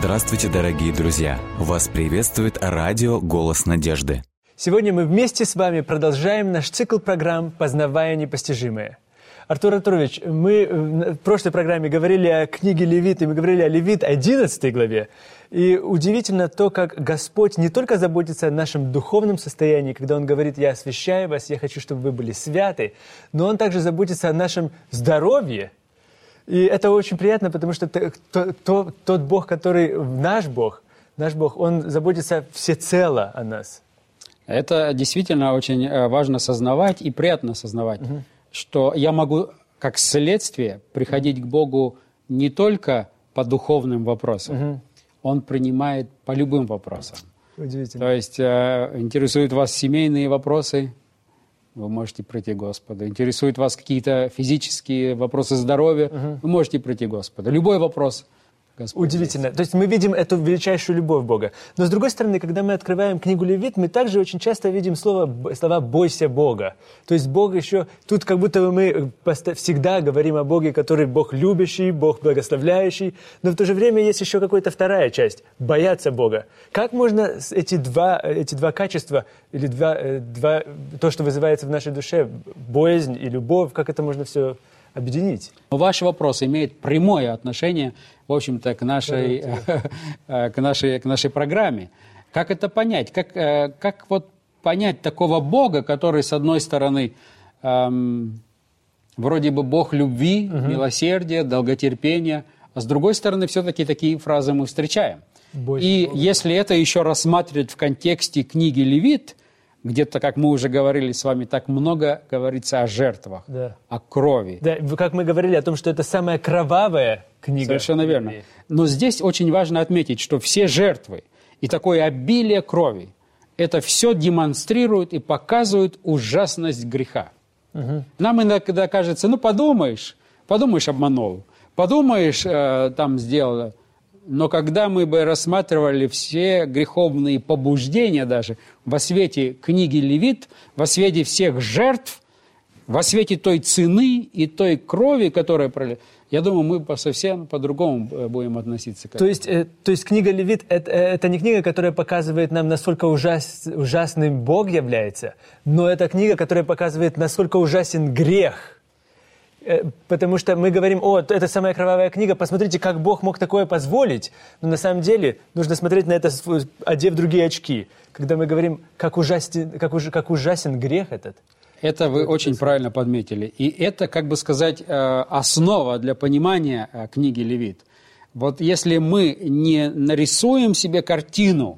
Здравствуйте, дорогие друзья! Вас приветствует радио «Голос надежды». Сегодня мы вместе с вами продолжаем наш цикл программ «Познавая непостижимое». Артур Артурович, мы в прошлой программе говорили о книге Левит, и мы говорили о Левит 11 главе. И удивительно то, как Господь не только заботится о нашем духовном состоянии, когда Он говорит: «Я освящаю вас, я хочу, чтобы вы были святы», но Он также заботится о нашем здоровье. И это очень приятно, потому что тот Бог, который наш Бог, Он заботится всецело о нас. Это действительно очень важно осознавать и приятно осознавать, что я могу, как следствие, приходить к Богу не только по духовным вопросам. Он принимает по любым вопросам. Удивительно. То есть интересуют вас семейные вопросы, вы можете прийти к Господу. Интересуют вас какие-то физические вопросы здоровья, вы можете прийти к Господу. Любой вопрос. Господь Удивительно. есть. То есть мы видим эту величайшую любовь Бога. Но с другой стороны, когда мы открываем книгу Левит, мы также очень часто видим слова «бойся Бога». То есть Бог еще... Тут как будто бы мы всегда говорим о Боге, который Бог любящий, Бог благословляющий. Но в то же время есть еще какая-то вторая часть – бояться Бога. Как можно эти два качества, или то, что вызывается в нашей душе, боязнь и любовь, как это можно все объединить? Ваш вопрос имеет прямое отношение, в общем-то, к нашей программе. Как это понять? Как вот понять такого Бога, который, с одной стороны, вроде бы Бог любви, милосердия, долготерпения, а с другой стороны, все-таки такие фразы мы встречаем. И если это еще рассматривать в контексте книги Левит, где-то, как мы уже говорили с вами, так много говорится о жертвах, о крови. Да, как мы говорили о том, что это самая кровавая книга. Совершенно верно. Но здесь очень важно отметить, что все жертвы и такое обилие крови, это все демонстрирует и показывает ужасность греха. Нам иногда кажется, подумаешь, обманул, подумаешь, там сделал. Но когда мы бы рассматривали все греховные побуждения даже во свете книги Левит, во свете всех жертв, во свете той цены и той крови, которая пролилась, я думаю, мы совсем по-другому будем относиться к этому. То есть книга Левит это не книга, которая показывает нам, насколько ужасным Бог является, но это книга, которая показывает, насколько ужасен грех. Потому что мы говорим: это самая кровавая книга, посмотрите, как Бог мог такое позволить. Но на самом деле нужно смотреть на это, одев другие очки. Когда мы говорим, как ужасен грех этот. Это вы очень правильно подметили. И это, как бы сказать, основа для понимания книги Левит. Вот если мы не нарисуем себе картину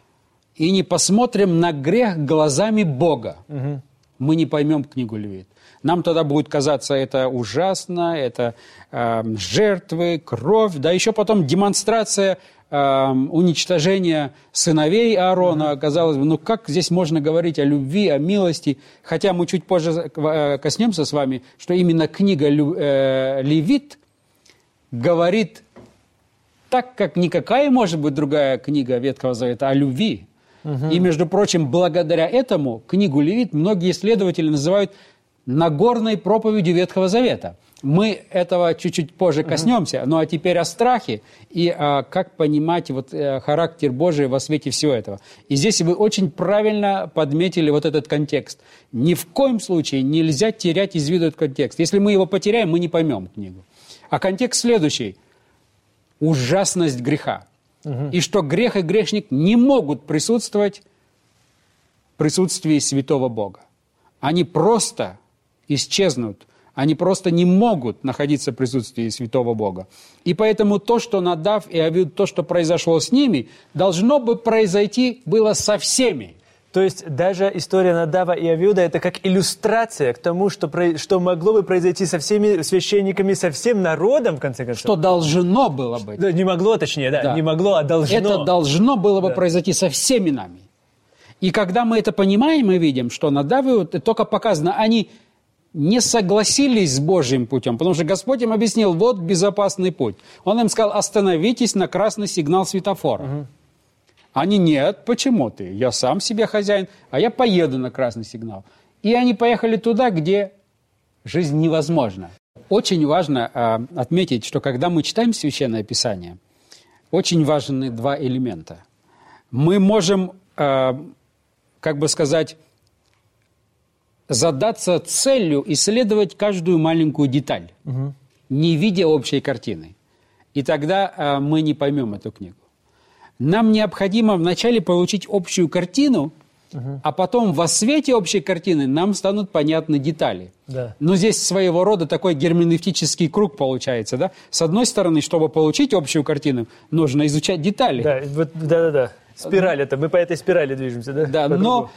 и не посмотрим на грех глазами Бога, мы не поймем книгу Левит. Нам тогда будет казаться, это ужасно, это жертвы, кровь, да еще потом демонстрация уничтожения сыновей Аарона. Казалось бы, как здесь можно говорить о любви, о милости? Хотя мы чуть позже коснемся с вами, что именно книга Левит говорит так, как никакая, может быть, другая книга Ветхого Завета о любви. И, между прочим, благодаря этому книгу Левит многие исследователи называют Нагорной проповедью Ветхого Завета. Мы этого чуть-чуть позже коснемся, ну а теперь о страхе и как понимать характер Божий во свете всего этого. И здесь вы очень правильно подметили вот этот контекст. Ни в коем случае нельзя терять из виду этот контекст. Если мы его потеряем, мы не поймем книгу. А контекст следующий. Ужасность греха. И что грех и грешник не могут присутствовать в присутствии святого Бога. Они просто исчезнут. Они просто не могут находиться в присутствии святого Бога. И поэтому то, что Надав и Авиуд, то, что произошло с ними, должно бы произойти было со всеми. То есть даже история Надава и Авиуда – это как иллюстрация к тому, что могло бы произойти со всеми священниками, со всем народом, в конце концов. Что должно было быть. Да, не могло, точнее, да. Не могло, а должно. Это должно было бы произойти со всеми нами. И когда мы это понимаем, мы видим, что Надав и Авиуд, только показано, они не согласились с Божьим путем, потому что Господь им объяснил, вот безопасный путь. Он им сказал, остановитесь на красный сигнал светофора. Они, нет, почему ты? Я сам себе хозяин, а я поеду на красный сигнал. И они поехали туда, где жизнь невозможна. Очень важно отметить, что когда мы читаем Священное Писание, очень важны два элемента. Мы можем, как бы сказать, задаться целью исследовать каждую маленькую деталь, не видя общей картины. И тогда мы не поймем эту книгу. Нам необходимо вначале получить общую картину, а потом во свете общей картины нам станут понятны детали. Да. Но здесь своего рода такой герменевтический круг получается. Да? С одной стороны, чтобы получить общую картину, нужно изучать детали. Да, вот, да. Спираль это, мы по этой спирали движемся, да? Да, но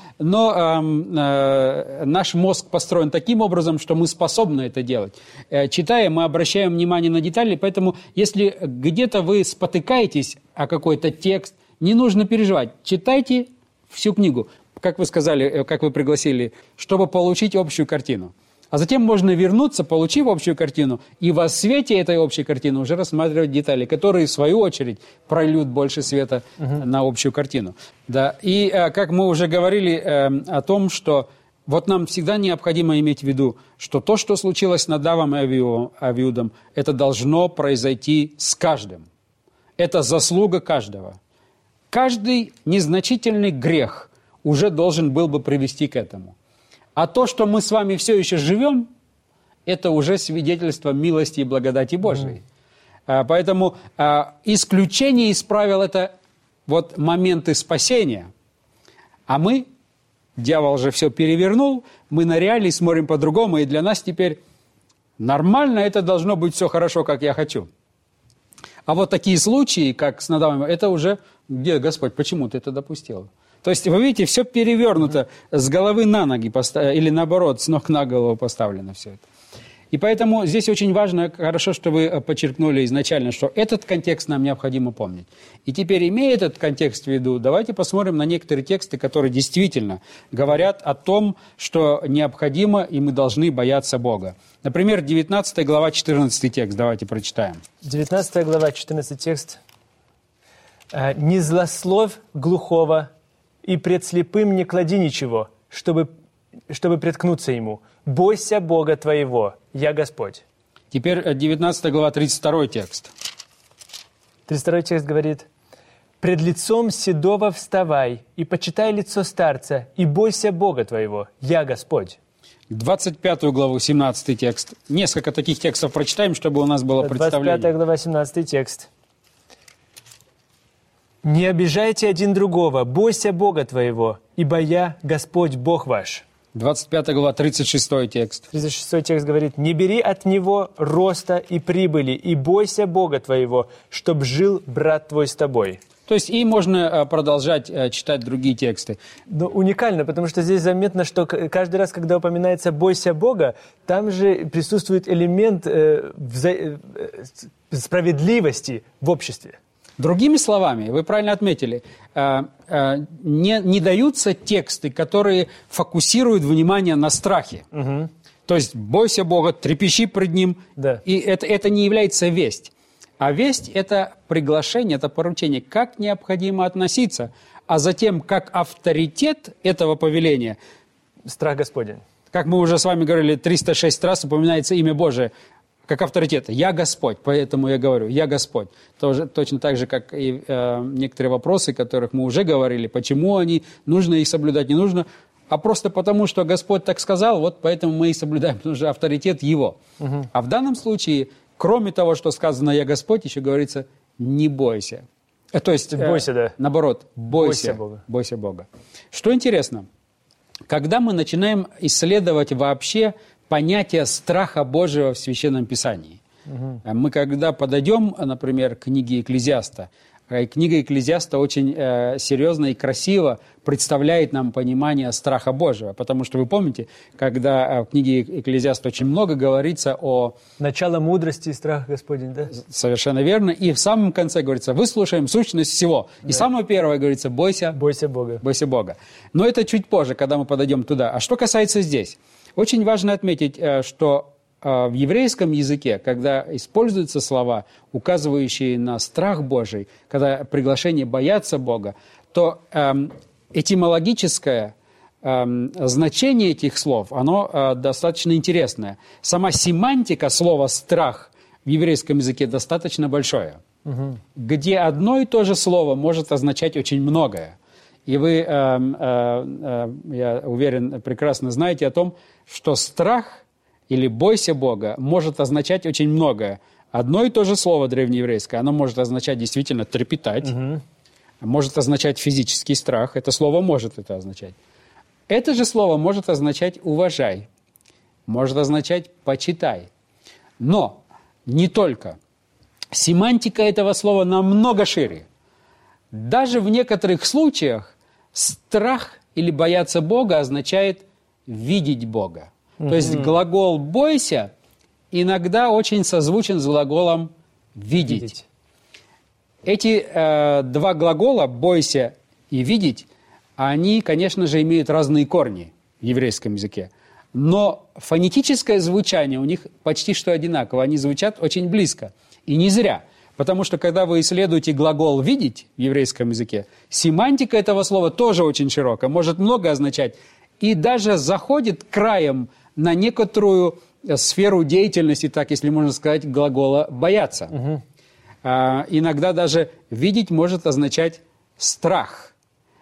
наш мозг построен таким образом, что мы способны это делать. Читая, мы обращаем внимание на детали, поэтому если где-то вы спотыкаетесь о какой-то текст, не нужно переживать. Читайте всю книгу, как вы сказали, как вы пригласили, чтобы получить общую картину. А затем можно вернуться, получив общую картину, и во свете этой общей картины уже рассматривать детали, которые, в свою очередь, прольют больше света на общую картину. Да. И как мы уже говорили о том, что вот нам всегда необходимо иметь в виду, что то, что случилось с Надавом и Авиудом, это должно произойти с каждым. Это заслуга каждого. Каждый незначительный грех уже должен был бы привести к этому. А то, что мы с вами все еще живем, это уже свидетельство милости и благодати Божией. Поэтому исключение из правил – это вот моменты спасения. А мы, дьявол же все перевернул, мы на реалии смотрим по-другому, и для нас теперь нормально, это должно быть все хорошо, как я хочу. А вот такие случаи, как с Надавом, это уже, где, Господь, почему ты это допустил? То есть, вы видите, все перевернуто с головы на ноги, или наоборот, с ног на голову поставлено все это. И поэтому здесь очень важно, хорошо, что вы подчеркнули изначально, что этот контекст нам необходимо помнить. И теперь, имея этот контекст в виду, давайте посмотрим на некоторые тексты, которые действительно говорят о том, что необходимо, и мы должны бояться Бога. Например, 19 глава, 14 текст, давайте прочитаем. 19 глава, 14 текст. «Не злословь глухого, и пред слепым не клади ничего, чтобы приткнуться ему. Бойся Бога твоего, я Господь». Теперь 19 глава, 32 текст. 32 текст говорит: «Пред лицом седого вставай, и почитай лицо старца, и бойся Бога твоего, я Господь». 25 главу, 17 текст. Несколько таких текстов прочитаем, чтобы у нас было представление. 25 глава, 17 текст. «Не обижайте один другого, бойся Бога твоего, ибо я Господь Бог ваш». 25 глава, 36 текст. 36 текст говорит: «Не бери от него роста и прибыли, и бойся Бога твоего, чтоб жил брат твой с тобой». То есть и можно продолжать читать другие тексты. Но уникально, потому что здесь заметно, что каждый раз, когда упоминается «бойся Бога», там же присутствует элемент справедливости в обществе. Другими словами, вы правильно отметили, не даются тексты, которые фокусируют внимание на страхе. Угу. То есть «бойся Бога», «трепещи пред Ним». Да. И это не является весть. А весть – это приглашение, это поручение, как необходимо относиться, а затем как авторитет этого повеления. Страх Господень. Как мы уже с вами говорили, 306 раз упоминается имя Божие как авторитет. «Я Господь», поэтому я говорю «Я Господь». Тоже, точно так же, как и некоторые вопросы, о которых мы уже говорили, почему они, нужно их соблюдать, не нужно, а просто потому, что Господь так сказал, вот поэтому мы и соблюдаем, потому что авторитет Его. Угу. А в данном случае, кроме того, что сказано «Я Господь», еще говорится «не бойся». То есть, бойся, да. Наоборот, бойся Бога. Бойся Бога. Что интересно, когда мы начинаем исследовать вообще понятие страха Божьего в Священном Писании. Угу. Мы когда подойдем, например, к книге Экклезиаста, книга Экклезиаста очень серьезно и красиво представляет нам понимание страха Божьего, потому что вы помните, когда в книге Экклезиаста очень много говорится о... Начало мудрости и страха Господень, да? Совершенно верно. И в самом конце говорится, выслушаем сущность всего. Да. И самое первое говорится, бойся Бога. Бойся Бога. Но это чуть позже, когда мы подойдем туда. А что касается здесь? Очень важно отметить, что в еврейском языке, когда используются слова, указывающие на страх Божий, когда приглашение бояться Бога, то этимологическое значение этих слов, оно достаточно интересное. Сама семантика слова «страх» в еврейском языке достаточно большое. где одно и то же слово может означать очень многое. И вы, я уверен, прекрасно знаете о том, что страх или бойся Бога может означать очень многое. Одно и то же слово древнееврейское, оно может означать действительно трепетать, может означать физический страх, это слово может это означать. Это же слово может означать уважай, может означать почитай. Но не только. Семантика этого слова намного шире. Даже в некоторых случаях страх или бояться Бога означает видеть Бога. То есть глагол «бойся» иногда очень созвучен с глаголом «видеть». Эти два глагола «бойся» и «видеть», они, конечно же, имеют разные корни в еврейском языке. Но фонетическое звучание у них почти что одинаково. Они звучат очень близко. И не зря. Потому что, когда вы исследуете глагол «видеть» в еврейском языке, семантика этого слова тоже очень широкая, может много означать. И даже заходит краем на некоторую сферу деятельности, так, если можно сказать, глагола «бояться». Иногда даже «видеть» может означать «страх».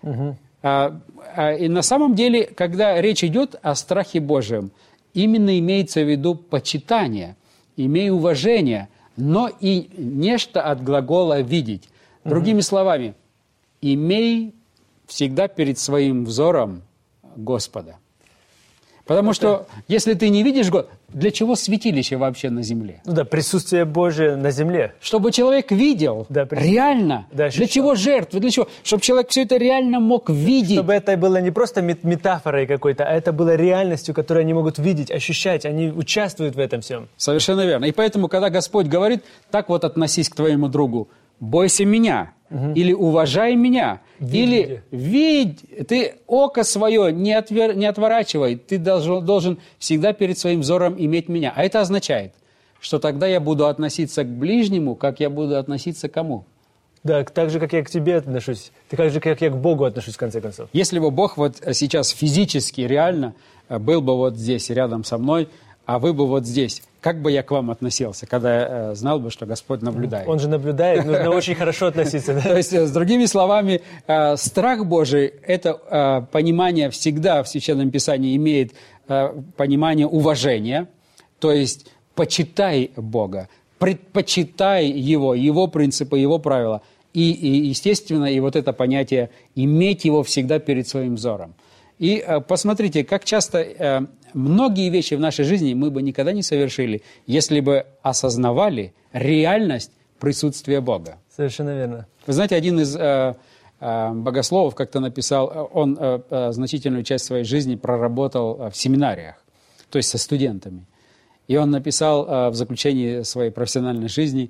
И на самом деле, когда речь идет о страхе Божьем, именно имеется в виду почитание, имей уважение, но и нечто от глагола «видеть». Другими словами, имей всегда перед своим взором Господа. Потому что, если ты не видишь Господа, для чего святилище вообще на земле? Ну да, присутствие Божие на земле. Чтобы человек видел, реально. Да, для чего жертвы, для чего? Чтобы человек все это реально мог видеть. Чтобы это было не просто метафорой какой-то, а это было реальностью, которую они могут видеть, ощущать. Они участвуют в этом всем. Совершенно верно. И поэтому, когда Господь говорит, так вот относись к твоему другу, бойся меня, или уважай меня, или видь, ты око свое не отворачивай, ты должен всегда перед своим взором иметь меня. А это означает, что тогда я буду относиться к ближнему, как я буду относиться к кому? Да, так же, как я к тебе отношусь, так же, как я к Богу отношусь, в конце концов. Если бы Бог вот сейчас физически, реально был бы вот здесь, рядом со мной, а вы бы вот здесь, как бы я к вам относился, когда я знал бы, что Господь наблюдает? Он же наблюдает, нужно очень хорошо относиться. То есть, с другими словами, страх Божий, это понимание всегда в Священном Писании имеет понимание уважения, то есть почитай Бога, предпочитай Его принципы, Его правила. И, естественно, и вот это понятие иметь Его всегда перед своим взором. И посмотрите, как часто многие вещи в нашей жизни мы бы никогда не совершили, если бы осознавали реальность присутствия Бога. Совершенно верно. Вы знаете, один из богословов как-то написал, он значительную часть своей жизни проработал в семинариях, то есть со студентами. И он написал в заключении своей профессиональной жизни,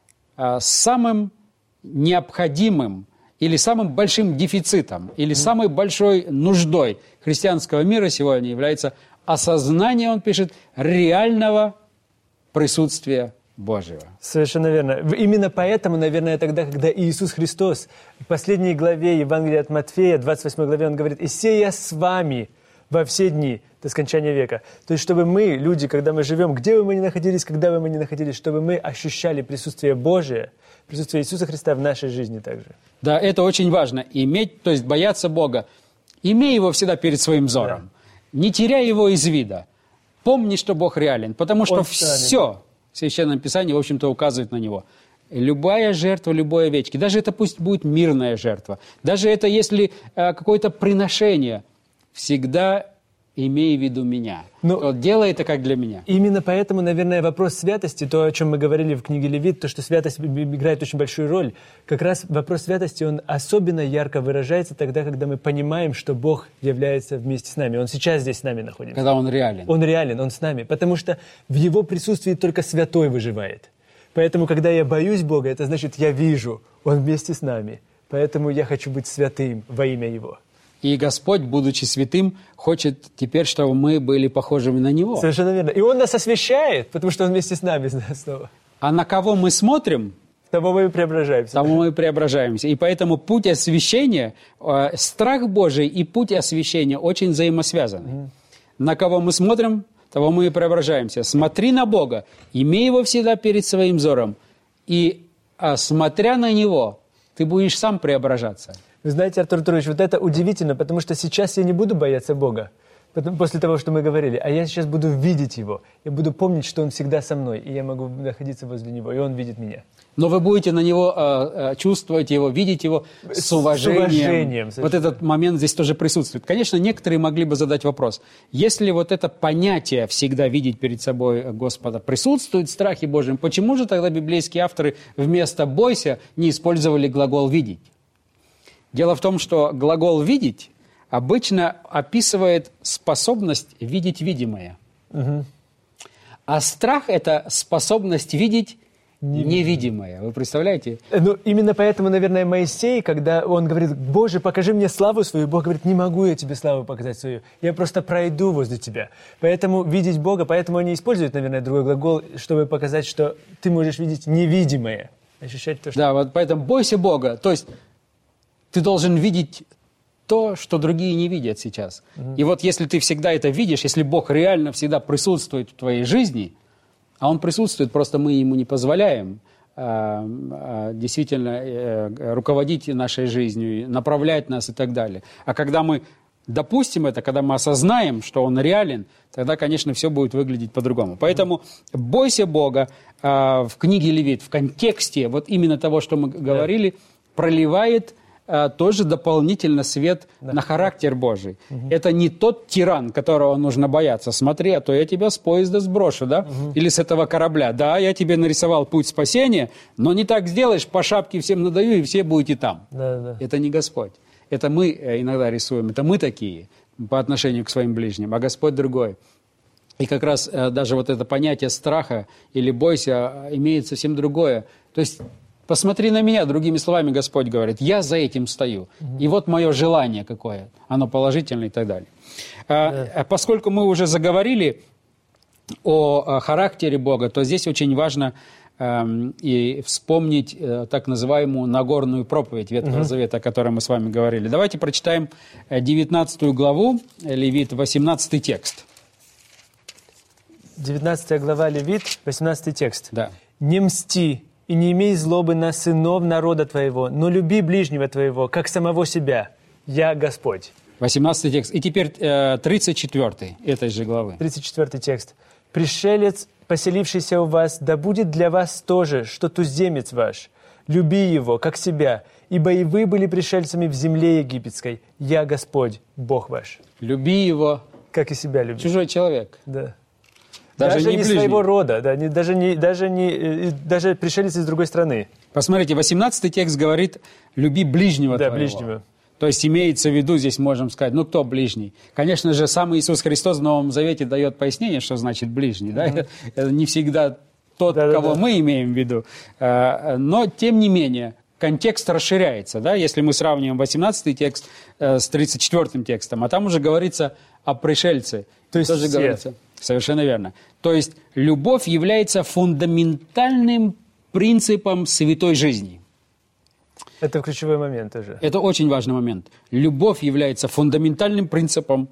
самым необходимым или самым большим дефицитом, или самой большой нуждой христианского мира сегодня является осознание, он пишет, реального присутствия Божьего. Совершенно верно. Именно поэтому, наверное, тогда, когда Иисус Христос в последней главе Евангелия от Матфея, 28 главе, он говорит, «И сея с вами во все дни до скончания века». То есть, чтобы мы, люди, когда мы живем, где бы мы ни находились, когда бы мы ни находились, чтобы мы ощущали присутствие Божие, присутствие Иисуса Христа в нашей жизни также. Да, это очень важно. Иметь, то есть бояться Бога. Имей Его всегда перед своим взором. Да. Не теряй Его из вида. Помни, что Бог реален. Потому что все в Священном Писании, в общем-то, указывает на Него. Любая жертва, любой овечки, даже это пусть будет мирная жертва, даже это если какое-то приношение, всегда имей в виду меня. Но делай это как для меня. Именно поэтому, наверное, вопрос святости, то, о чем мы говорили в книге Левит, то, что святость играет очень большую роль, как раз вопрос святости, он особенно ярко выражается тогда, когда мы понимаем, что Бог является вместе с нами. Он сейчас здесь с нами находится. Когда Он реален. Он реален, Он с нами. Потому что в Его присутствии только святой выживает. Поэтому, когда я боюсь Бога, это значит, я вижу, Он вместе с нами. Поэтому я хочу быть святым во имя Его. И Господь, будучи святым, хочет теперь, чтобы мы были похожими на Него. Совершенно верно. И Он нас освящает, потому что Он вместе с нами снова. А на кого мы смотрим, того мы и преображаемся. Тому мы и преображаемся. И поэтому путь освящения, страх Божий и путь освящения очень взаимосвязаны. На кого мы смотрим, того мы и преображаемся. Смотри на Бога, имей Его всегда перед своим взором. И смотря на Него, ты будешь сам преображаться. Вы знаете, Артур Артурович, вот это удивительно, потому что сейчас я не буду бояться Бога, после того, что мы говорили, а я сейчас буду видеть Его. Я буду помнить, что Он всегда со мной, и я могу находиться возле Него, и Он видит меня. Но вы будете на Него чувствовать Его, видеть Его с уважением. Вот этот момент здесь тоже присутствует. Конечно, некоторые могли бы задать вопрос. Если вот это понятие всегда видеть перед собой Господа присутствует в страхе Божьем, почему же тогда библейские авторы вместо «бойся» не использовали глагол «видеть»? Дело в том, что глагол «видеть» обычно описывает способность видеть видимое. Угу. А страх – это способность видеть невидимое. Вы представляете? Ну, именно поэтому, наверное, Моисей, когда он говорит: «Боже, покажи мне славу свою», Бог говорит: «Не могу я тебе славу показать свою, я просто пройду возле тебя». Поэтому видеть Бога, поэтому они используют, наверное, другой глагол, чтобы показать, что ты можешь видеть невидимое. Ощущать то, что... Да, вот поэтому бойся Бога. То есть ты должен видеть то, что другие не видят сейчас. И вот если ты всегда это видишь, если Бог реально всегда присутствует в твоей жизни, а Он присутствует, просто мы Ему не позволяем действительно руководить нашей жизнью, направлять нас и так далее. А когда мы допустим это, когда мы осознаем, что Он реален, тогда, конечно, все будет выглядеть по-другому. Поэтому «бойся Бога» в книге Левит, в контексте вот именно того, что мы говорили, проливает тоже дополнительно свет на характер Божий. Это не тот тиран, которого нужно бояться. Смотри, а то я тебя с поезда сброшу, да? Или с этого корабля. Да, я тебе нарисовал путь спасения, но не так сделаешь, по шапке всем надаю, и все будете там. Да. Это не Господь. Это мы иногда рисуем, это мы такие по отношению к своим ближним, а Господь другой. И как раз даже вот это понятие страха или бойся имеет совсем другое. То есть посмотри на меня, другими словами Господь говорит, я за этим стою. И вот мое желание какое, оно положительное и так далее. Поскольку мы уже заговорили о характере Бога, то здесь очень важно и вспомнить так называемую Нагорную проповедь Ветхого Завета, о которой мы с вами говорили. Давайте прочитаем 19 главу, Левит, 18 текст. 19 глава Левит, 18 текст. Да. «Не мсти и не имей злобы на сынов народа твоего, но люби ближнего твоего, как самого себя. Я Господь». 18 текст. И теперь 34 этой же главы. 34 текст. «Пришелец, поселившийся у вас, да будет для вас то же, что туземец ваш. Люби его, как себя, ибо и вы были пришельцами в земле египетской. Я Господь, Бог ваш». Люби его. Как и себя люби. Чужой человек. Да. Даже не своего рода, да, даже пришелец из другой страны. Посмотрите, 18 текст говорит «люби ближнего твоего». Ближнего. То есть имеется в виду, здесь можем сказать, ну кто ближний? Конечно же, сам Иисус Христос в Новом Завете дает пояснение, что значит ближний. Да? Это не всегда тот, кого мы имеем в виду. Но, тем не менее, контекст расширяется. Да? Если мы сравниваем 18 текст с 34 текстом, а там уже говорится о пришельце. То есть тоже говорится. Совершенно верно. То есть любовь является фундаментальным принципом святой жизни. Это ключевой момент тоже. Это очень важный момент. Любовь является фундаментальным принципом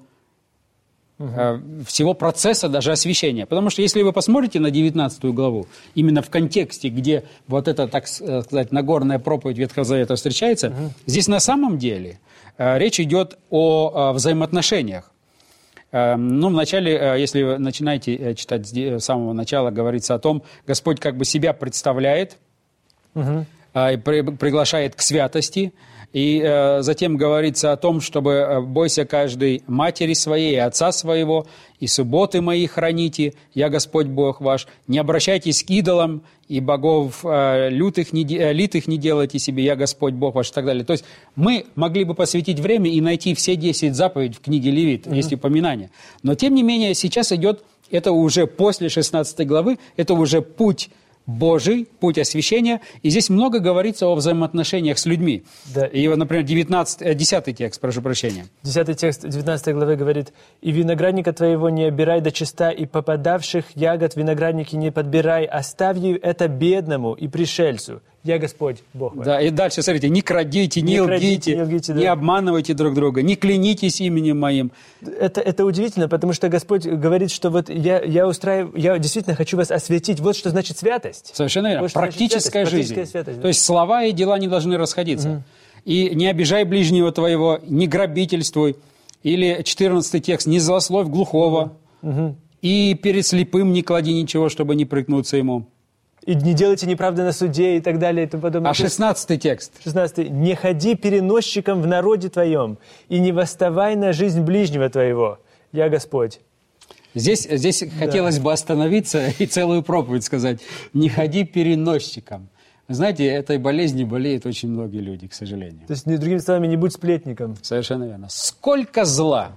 всего процесса даже освящения. Потому что если вы посмотрите на 19 главу, именно в контексте, где вот эта, так сказать, Нагорная проповедь Ветхого Завета встречается, здесь на самом деле речь идет о взаимоотношениях. Ну, вначале, если вы начинаете читать с самого начала, говорится о том, Господь как бы себя представляет, и приглашает к святости, и затем говорится о том, чтобы бойся каждой матери своей, и отца своего, и субботы мои храните, я Господь Бог ваш, не обращайтесь к идолам, и богов литых не делайте себе, я Господь Бог ваш, и так далее. То есть мы могли бы посвятить время и найти все 10 заповедей в книге Левит, есть упоминания. Но тем не менее сейчас идет, это уже после 16 главы, это уже путь Божий, путь освящения, и здесь много говорится о взаимоотношениях с людьми. Да. И вот, например, 10 текст, прошу прощения. 10 текст 19 главы говорит: «И виноградника твоего не обирай до чиста, и попадавших ягод виноградники не подбирай, оставь это бедному и пришельцу, я Господь, Бог ваш. Да, и дальше, смотрите, не крадите, не лгите, не обманывайте друг друга, не клянитесь именем моим. Это удивительно, потому что Господь говорит, что вот я действительно хочу вас осветить. Вот что значит святость. Совершенно верно. Вот Практическая жизнь. Святость, да. То есть слова и дела не должны расходиться. И не обижай ближнего твоего, не грабительствуй. Или 14 текст, не злословь глухого. И перед слепым не клади ничего, чтобы не прикнуться ему. И не делайте неправды на суде и так далее и тому подобное. А 16 текст? 16. «Не ходи переносчиком в народе твоем, и не восставай на жизнь ближнего твоего. Я Господь». Здесь хотелось бы остановиться и целую проповедь сказать. Не ходи переносчиком. Знаете, этой болезнью болеют очень многие люди, к сожалению. То есть, другими словами, не будь сплетником. Совершенно верно. Сколько зла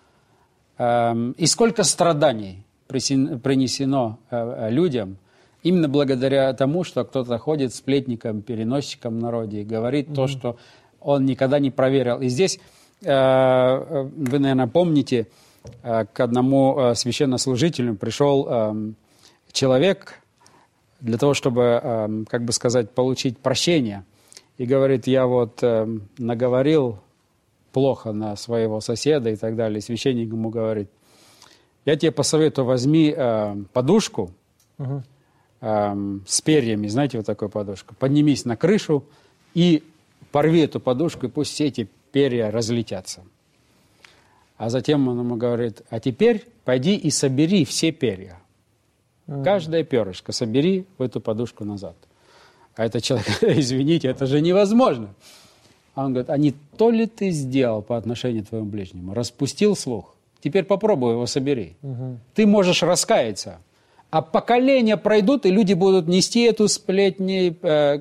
и сколько страданий принесено людям, именно благодаря тому, что кто-то ходит сплетником, переносчиком в народе и говорит то, что он никогда не проверил. И здесь, вы, наверное, помните, к одному священнослужителю пришел человек для того, чтобы, как бы сказать, получить прощение. И говорит, я вот наговорил плохо на своего соседа и так далее. И священник ему говорит, я тебе посоветую, возьми подушку, с перьями, знаете, вот такую подушку, поднимись на крышу и порви эту подушку, и пусть все эти перья разлетятся. А затем он ему говорит, а теперь пойди и собери все перья. Каждое перышко собери в эту подушку назад. А этот человек, извините, это же невозможно. А он говорит, а не то ли ты сделал по отношению к твоему ближнему? Распустил слух. Теперь попробуй его собери. Ты можешь раскаяться. А поколения пройдут, и люди будут нести эту сплетню,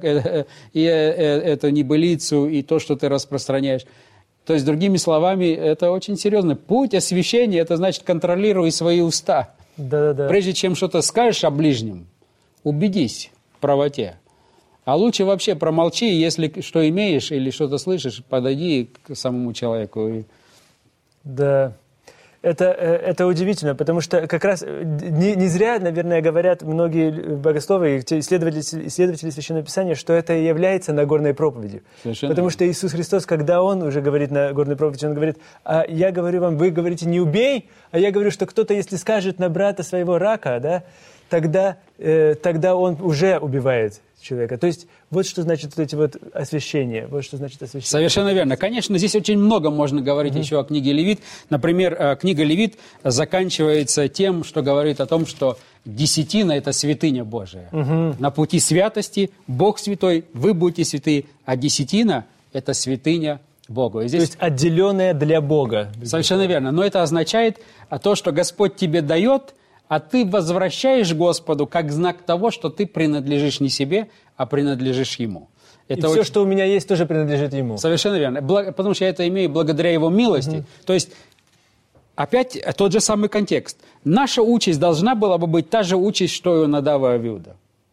эту небылицу, и то, что ты распространяешь. То есть, другими словами, это очень серьезно. Путь освящения, это значит, контролируй свои уста. Да-да-да. Прежде чем что-то скажешь о ближнем, убедись в правоте. А лучше вообще промолчи, если что имеешь или что-то слышишь, подойди к самому человеку. Да. Это удивительно, потому что как раз не зря, наверное, говорят многие богословы, исследователи Священного Писания, что это и является Нагорной проповедью. Совершенно. Потому что Иисус Христос, когда Он уже говорит на Нагорной проповеди, Он говорит, а я говорю вам, вы говорите, не убей, а я говорю, что кто-то, если скажет на брата своего рака, да, тогда он уже убивает человека. То есть вот что значит вот эти вот освящения. Вот что значит освящение. Совершенно верно. Конечно, здесь очень много можно говорить еще о книге Левит. Например, книга Левит заканчивается тем, что говорит о том, что десятина – это святыня Божия. На пути святости Бог святой, вы будете святые, а десятина – это святыня Богу. И здесь... То есть отделенная для Бога. Совершенно верно. Но это означает то, что Господь тебе дает, а ты возвращаешь Господу как знак того, что ты принадлежишь не себе, а принадлежишь Ему. Это и все, что у меня есть, тоже принадлежит Ему. Совершенно верно. Потому что я это имею благодаря Его милости. То есть, опять тот же самый контекст. Наша участь должна была бы быть та же участь, что и у Надава и Авиуда.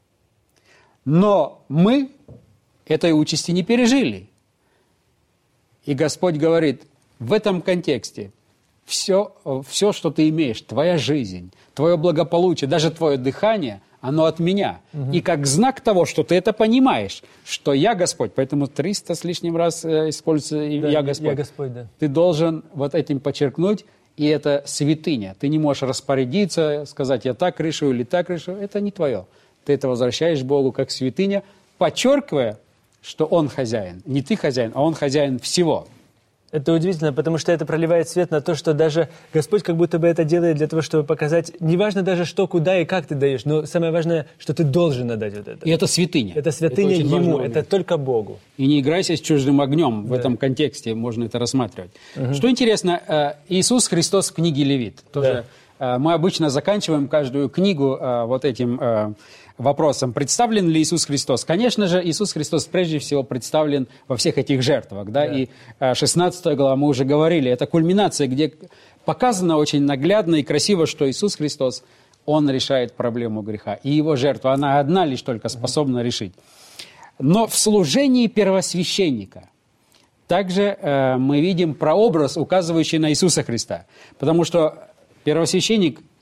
Но мы этой участи не пережили. И Господь говорит, в этом контексте все, что ты имеешь, твоя жизнь, твое благополучие, даже твое дыхание, оно от меня. И как знак того, что ты это понимаешь, что я Господь, поэтому 300 с лишним раз используется да, «я Господь». Я Господь, да. Ты должен вот этим подчеркнуть, и это святыня. Ты не можешь распорядиться, сказать, я так решу или так решу. Это не твое. Ты это возвращаешь Богу как святыня, подчеркивая, что Он хозяин. Не ты хозяин, а Он хозяин всего. Это удивительно, потому что это проливает свет на то, что даже Господь как будто бы это делает для того, чтобы показать, неважно даже что, куда и как ты даешь, но самое важное, что ты должен отдать вот это. И это святыня. Это святыня Ему, это только Богу. И не играйся с чуждым огнем. В этом контексте можно это рассматривать. Что интересно, Иисус Христос в книге Левит. Тоже мы обычно заканчиваем каждую книгу вот этим вопросом, представлен ли Иисус Христос. Конечно же, Иисус Христос прежде всего представлен во всех этих жертвах. Да? И 16 глава мы уже говорили, это кульминация, где показано очень наглядно и красиво, что Иисус Христос, Он решает проблему греха. И Его жертва, она одна лишь только способна решить. Но в служении первосвященника также мы видим прообраз, указывающий на Иисуса Христа. Потому что первосвященник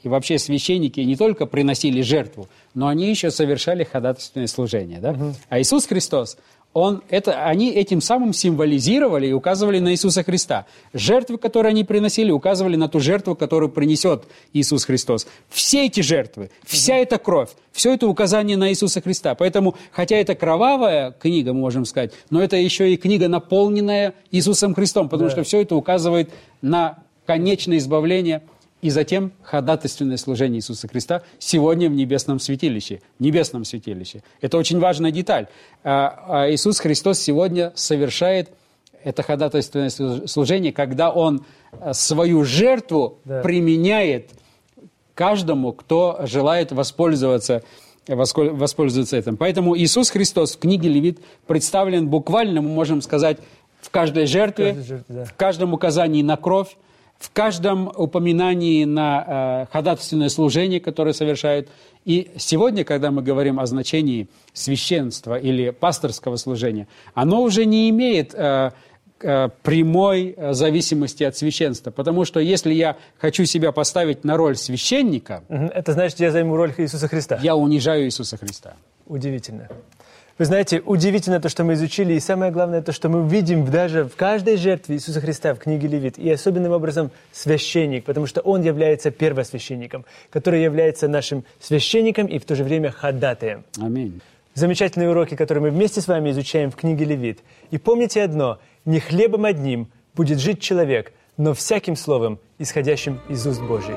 и вообще священники не только приносили жертву, но они еще совершали ходатайственное служение. Да? А Иисус Христос, они этим самым символизировали и указывали на Иисуса Христа. Жертвы, которые они приносили, указывали на ту жертву, которую принесет Иисус Христос. Все эти жертвы, вся эта кровь, все это указание на Иисуса Христа. Поэтому, хотя это кровавая книга, мы можем сказать, но это еще и книга, наполненная Иисусом Христом, потому что все это указывает на конечное избавление и затем ходатайственное служение Иисуса Христа сегодня в небесном святилище. Это очень важная деталь. Иисус Христос сегодня совершает это ходатайственное служение, когда Он свою жертву применяет каждому, кто желает воспользоваться этим. Поэтому Иисус Христос в книге Левит представлен буквально, мы можем сказать, в каждой жертве, в каждом указании на кровь, в каждом упоминании на ходатайственное служение, которое совершают. И сегодня, когда мы говорим о значении священства или пасторского служения, оно уже не имеет прямой зависимости от священства. Потому что если я хочу себя поставить на роль священника... Это значит, я займу роль Иисуса Христа. Я унижаю Иисуса Христа. Удивительно. Вы знаете, удивительно то, что мы изучили, и самое главное то, что мы видим даже в каждой жертве Иисуса Христа в книге Левит, и особенным образом священник, потому что Он является первосвященником, который является нашим священником и в то же время ходатаем. Аминь. Замечательные уроки, которые мы вместе с вами изучаем в книге Левит. И помните одно, не хлебом одним будет жить человек, но всяким словом, исходящим из уст Божьих.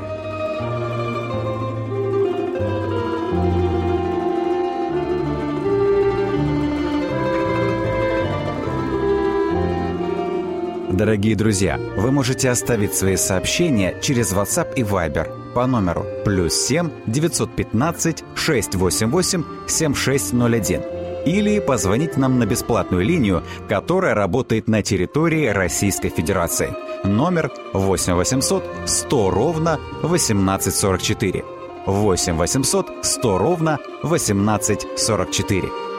Дорогие друзья, вы можете оставить свои сообщения через WhatsApp и Viber по номеру +7 915 688 7601 или позвонить нам на бесплатную линию, которая работает на территории Российской Федерации. Номер 8 800 100 ровно 1844. 8 800 100 ровно 1844.